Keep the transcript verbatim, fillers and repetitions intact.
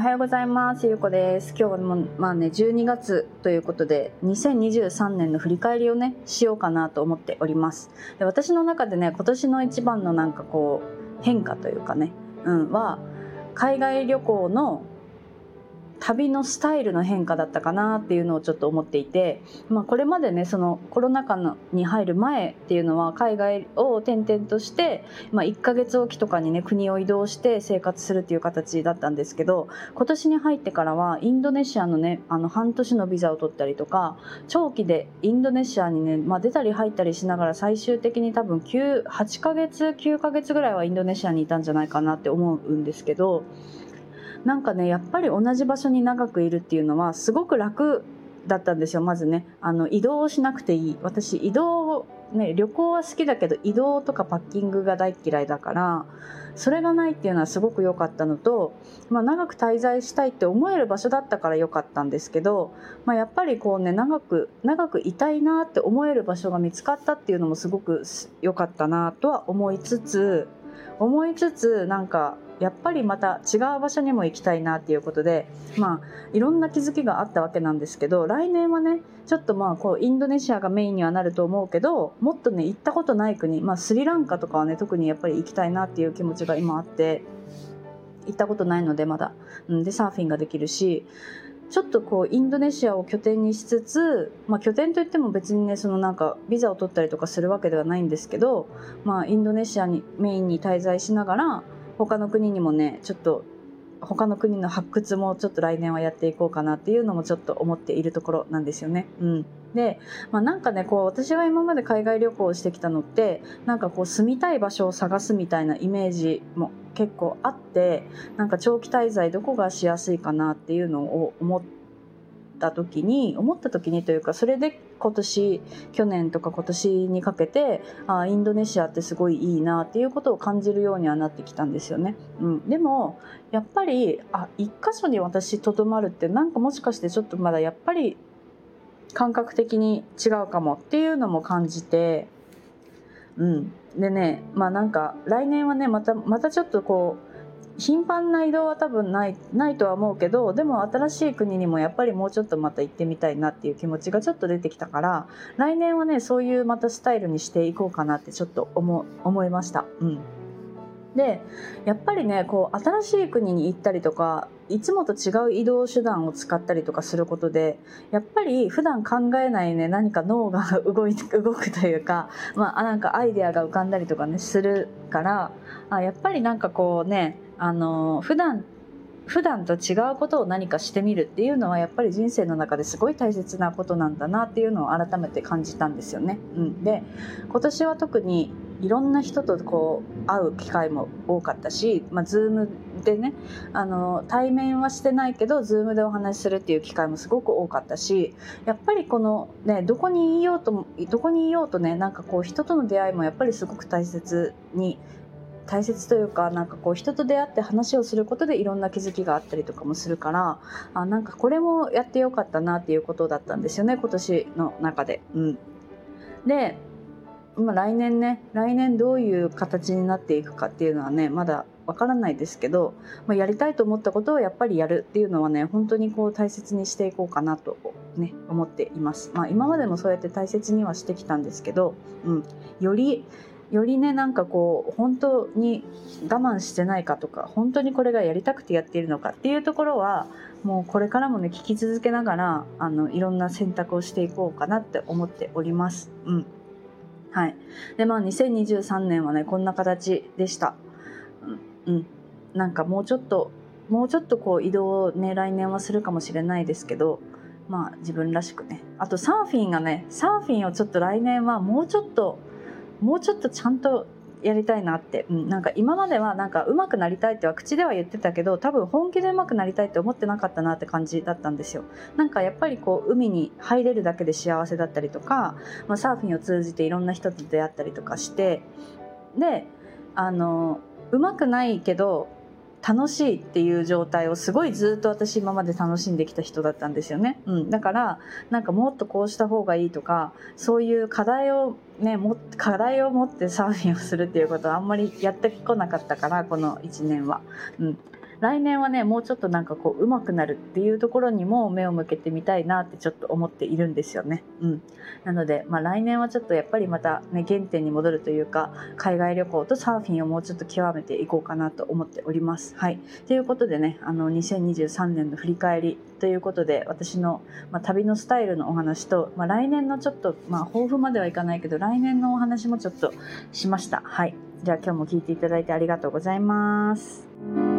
はようございます。ゆうこです。今日もまあねじゅうにがつということでにせんにじゅうさんねんの振り返りをねしようかなと思っております。で私の中でね今年の一番のなんかこう変化というかね、うん、は海外旅行の旅のスタイルの変化だったかなっていうのをちょっと思っていて、まあ、これまでねそのコロナ禍のに入る前っていうのは海外を転々として、まあ、いっかげつおきとかにね国を移動して生活するっていう形だったんですけど、今年に入ってからはインドネシアのねあの半年のビザを取ったりとか長期でインドネシアにね、まあ、出たり入ったりしながら最終的に多分きゅう、はちかげつきゅうかげつぐらいはインドネシアにいたんじゃないかなって思うんですけど、なんかねやっぱり同じ場所に長くいるっていうのはすごく楽だったんですよ。まずねあの移動しなくていい。私移動ね旅行は好きだけど移動とかパッキングが大嫌いだからそれがないっていうのはすごく良かったのと、まあ、長く滞在したいって思える場所だったから良かったんですけど、まあ、やっぱりこうね長く長くいたいなって思える場所が見つかったっていうのもすごく良かったなとは思いつつ思いつつなんかやっぱりまた違う場所にも行きたいなっていうことで、まあいろんな気づきがあったわけなんですけど、来年はねちょっとまあこうインドネシアがメインにはなると思うけど、もっとね行ったことない国、まあスリランカとかはね特にやっぱり行きたいなっていう気持ちが今あって、行ったことないのでまだ、うん、でサーフィンができるし、ちょっとこうインドネシアを拠点にしつつ、まあ、拠点といっても別にねそのなんかビザを取ったりとかするわけではないんですけど、まあ、インドネシアにメインに滞在しながら他の国にもねちょっと他の国の発掘もちょっと来年はやっていこうかなっていうのもちょっと思っているところなんですよね。うん、で、まあ、なんかねこう私が今まで海外旅行をしてきたのってなんかこう住みたい場所を探すみたいなイメージも結構あって、なんか長期滞在どこがしやすいかなっていうのを思った時に思った時にというか、それで今年去年とか今年にかけてあインドネシアってすごいいいなっていうことを感じるようにはなってきたんですよね。うん、でもやっぱりあ一箇所に私とどまるってなんかもしかしてちょっとまだやっぱり感覚的に違うかもっていうのも感じて、うん、でねまあなんか来年はねまたまたちょっとこう頻繁な移動は多分ない、ないとは思うけど、でも新しい国にもやっぱりもうちょっとまた行ってみたいなっていう気持ちがちょっと出てきたから、来年はねそういうまたスタイルにしていこうかなってちょっと思、思いました。うん、でやっぱりねこう新しい国に行ったりとかいつもと違う移動手段を使ったりとかすることでやっぱり普段考えないね何か脳が動い動くというか、まあ、なんかアイデアが浮かんだりとかねするから、あやっぱりなんかこうねあの普段普段と違うことを何かしてみるっていうのはやっぱり人生の中ですごい大切なことなんだなっていうのを改めて感じたんですよね。うん、で今年は特にいろんな人とこう会う機会も多かったし、まあ、Zoom でねあの対面はしてないけど Zoom でお話しするっていう機会もすごく多かったし、やっぱりこの、ね、どこにいようとどこにいようとねなんかこう人との出会いもやっぱりすごく大切に大切というか、なんかこう人と出会って話をすることでいろんな気づきがあったりとかもするから、あなんかこれもやってよかったなっていうことだったんですよね今年の中で。うん、で、まあ、来年ね来年どういう形になっていくかっていうのはねまだわからないですけど、まあ、やりたいと思ったことをやっぱりやるっていうのはね本当にこう大切にしていこうかなと、ね、思っています。まあ、今までもそうやって大切にはしてきたんですけど、うん、よりよりねなんかこう本当に我慢してないかとか本当にこれがやりたくてやっているのかっていうところはもうこれからもね聞き続けながらあのいろんな選択をしていこうかなって思っております。うんはい、でまあにせんにじゅうさんねんはねこんな形でした。うん、うん、なんかもうちょっともうちょっとこう移動をね来年はするかもしれないですけど、まあ自分らしくね、あとサーフィンがねサーフィンをちょっと来年はもうちょっともうちょっとちゃんとやりたいなって、うん、なんか今まではなんか上手くなりたいっては口では言ってたけど多分本気で上手くなりたいって思ってなかったなって感じだったんですよ。なんかやっぱりこう海に入れるだけで幸せだったりとか、まあ、サーフィンを通じていろんな人と出会ったりとかして、であの上手くないけど楽しいっていう状態をすごいずっと私今まで楽しんできた人だったんですよね。うん、だからなんかもっとこうした方がいいとかそういう課題をねも課題を持ってサーフィンをするっていうことはあんまりやってこなかったからこのいちねんは。うん来年はねもうちょっとなんかこう上手くなるっていうところにも目を向けてみたいなってちょっと思っているんですよね。うん、なので、まあ、来年はちょっとやっぱりまたね原点に戻るというか、海外旅行とサーフィンをもうちょっと極めていこうかなと思っております。はい、ということでね、あのにせんにじゅうさんねんの振り返りということで、私の、まあ、旅のスタイルのお話と、まあ、来年のちょっと、まあ、抱負まではいかないけど来年のお話もちょっとしました。はい、じゃあ今日も聞いていただいてありがとうございます。